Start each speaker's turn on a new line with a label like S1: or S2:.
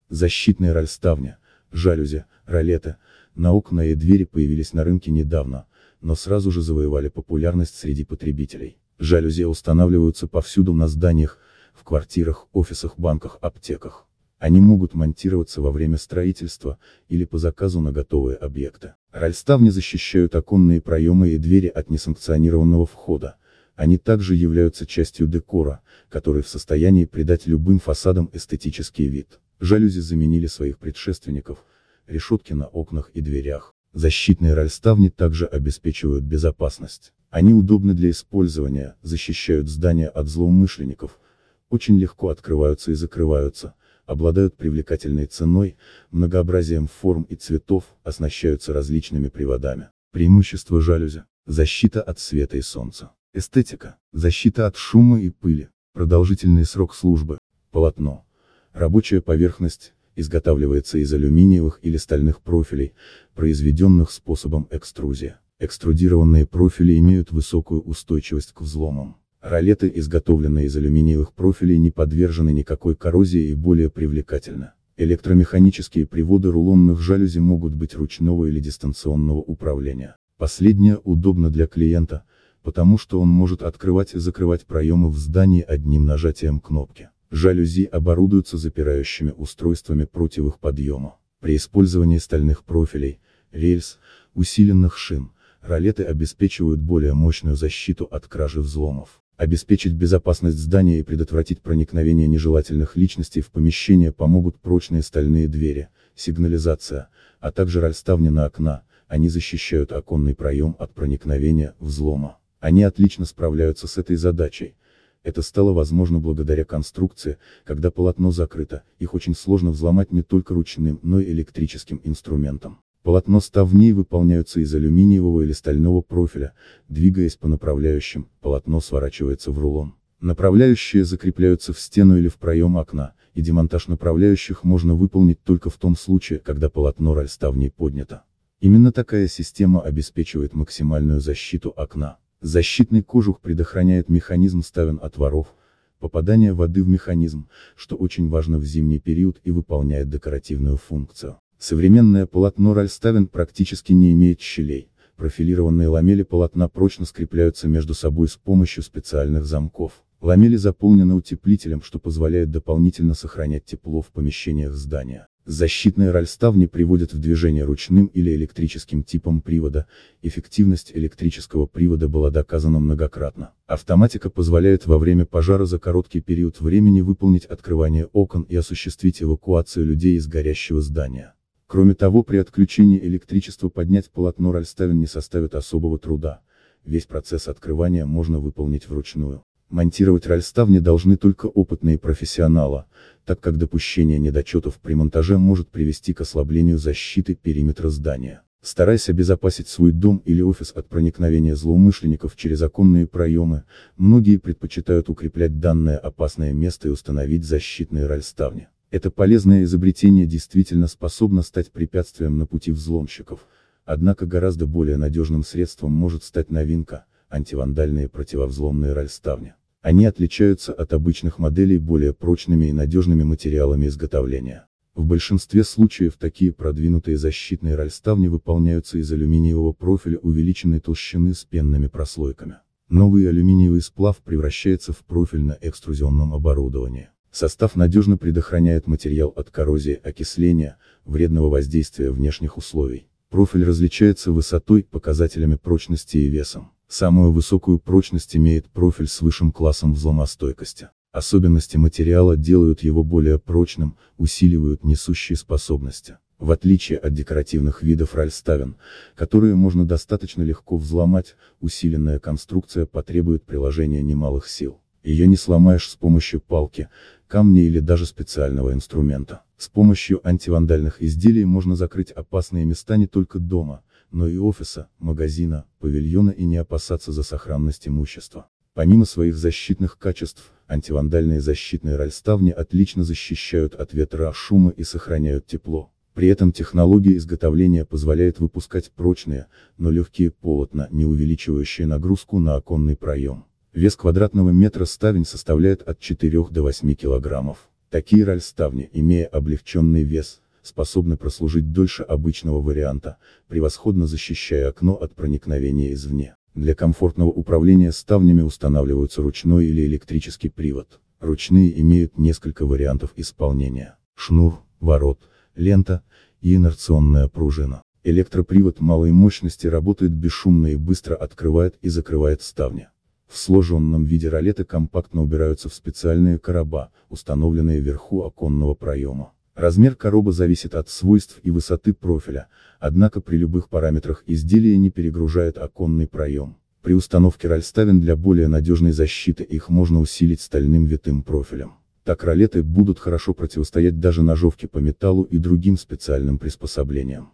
S1: Защитные рольставни, жалюзи, ролеты на окна и двери появились на рынке недавно, но сразу же завоевали популярность среди потребителей. Жалюзи устанавливаются повсюду на зданиях, в квартирах, офисах, банках, аптеках. Они могут монтироваться во время строительства, или по заказу на готовые объекты. Рольставни защищают оконные проемы и двери от несанкционированного входа. Они также являются частью декора, который в состоянии придать любым фасадам эстетический вид. Жалюзи заменили своих предшественников, решетки на окнах и дверях. Защитные рольставни также обеспечивают безопасность. Они удобны для использования, защищают здания от злоумышленников, очень легко открываются и закрываются, обладают привлекательной ценой, многообразием форм и цветов, оснащаются различными приводами. Преимущества жалюзи: защита от света и солнца. Эстетика: защита от шума и пыли. Продолжительный срок службы. Полотно. Рабочая поверхность, изготавливается из алюминиевых или стальных профилей, произведенных способом экструзии. Экструдированные профили имеют высокую устойчивость к взломам. Ролеты, изготовленные из алюминиевых профилей, не подвержены никакой коррозии и более привлекательны. Электромеханические приводы рулонных жалюзи могут быть ручного или дистанционного управления. Последнее удобно для клиента, потому что он может открывать и закрывать проемы в здании одним нажатием кнопки. Жалюзи оборудуются запирающими устройствами против их подъема. При использовании стальных профилей, рельс, усиленных шин, ролеты обеспечивают более мощную защиту от кражи взломов. Обеспечить безопасность здания и предотвратить проникновение нежелательных личностей в помещение помогут прочные стальные двери, сигнализация, а также рольставни на окна. Они защищают оконный проем от проникновения, взлома. Они отлично справляются с этой задачей. Это стало возможно благодаря конструкции, когда полотно закрыто, их очень сложно взломать не только ручным, но и электрическим инструментом. Полотно ставней выполняются из алюминиевого или стального профиля, двигаясь по направляющим, полотно сворачивается в рулон. Направляющие закрепляются в стену или в проем окна, и демонтаж направляющих можно выполнить только в том случае, когда полотно рольставней поднято. Именно такая система обеспечивает максимальную защиту окна. Защитный кожух предохраняет механизм ставен от воров, попадания воды в механизм, что очень важно в зимний период и выполняет декоративную функцию. Современное полотно рольставен практически не имеет щелей, профилированные ламели полотна прочно скрепляются между собой с помощью специальных замков. Ламели заполнены утеплителем, что позволяет дополнительно сохранять тепло в помещениях здания. Защитные рольставни приводят в движение ручным или электрическим типом привода. Эффективность электрического привода была доказана многократно. Автоматика позволяет во время пожара за короткий период времени выполнить открывание окон и осуществить эвакуацию людей из горящего здания. Кроме того, при отключении электричества поднять полотно рольставен не составит особого труда. Весь процесс открывания можно выполнить вручную. Монтировать рольставни должны только опытные профессионалы, так как допущение недочетов при монтаже может привести к ослаблению защиты периметра здания. Стараясь обезопасить свой дом или офис от проникновения злоумышленников через оконные проемы, многие предпочитают укреплять данное опасное место и установить защитные рольставни. Это полезное изобретение действительно способно стать препятствием на пути взломщиков, однако гораздо более надежным средством может стать новинка – антивандальные противовзломные рольставни. Они отличаются от обычных моделей более прочными и надежными материалами изготовления. В большинстве случаев такие продвинутые защитные рольставни выполняются из алюминиевого профиля увеличенной толщины с пенными прослойками. Новый алюминиевый сплав превращается в профиль на экструзионном оборудовании. Состав надежно предохраняет материал от коррозии, окисления, вредного воздействия внешних условий. Профиль различается высотой, показателями прочности и весом. Самую высокую прочность имеет профиль с высшим классом взломостойкости. Особенности материала делают его более прочным, усиливают несущие способности. В отличие от декоративных видов рольставен, которые можно достаточно легко взломать, усиленная конструкция потребует приложения немалых сил. Ее не сломаешь с помощью палки, камня или даже специального инструмента. С помощью антивандальных изделий можно закрыть опасные места не только дома, но и офиса, магазина, павильона и не опасаться за сохранность имущества. Помимо своих защитных качеств, антивандальные защитные рольставни отлично защищают от ветра, шума и сохраняют тепло. При этом технология изготовления позволяет выпускать прочные, но легкие полотна, не увеличивающие нагрузку на оконный проем. Вес квадратного метра ставень составляет от 4 до 8 килограммов. Такие рольставни, имея облегченный вес, способны прослужить дольше обычного варианта, превосходно защищая окно от проникновения извне. Для комфортного управления ставнями устанавливаются ручной или электрический привод. Ручные имеют несколько вариантов исполнения: шнур, ворот, лента и инерционная пружина. Электропривод малой мощности работает бесшумно и быстро открывает и закрывает ставни. В сложенном виде ролеты компактно убираются в специальные короба, установленные вверху оконного проема. Размер короба зависит от свойств и высоты профиля, однако при любых параметрах изделие не перегружает оконный проем. При установке рольставен для более надежной защиты их можно усилить стальным витым профилем. Так ролеты будут хорошо противостоять даже ножовке по металлу и другим специальным приспособлениям.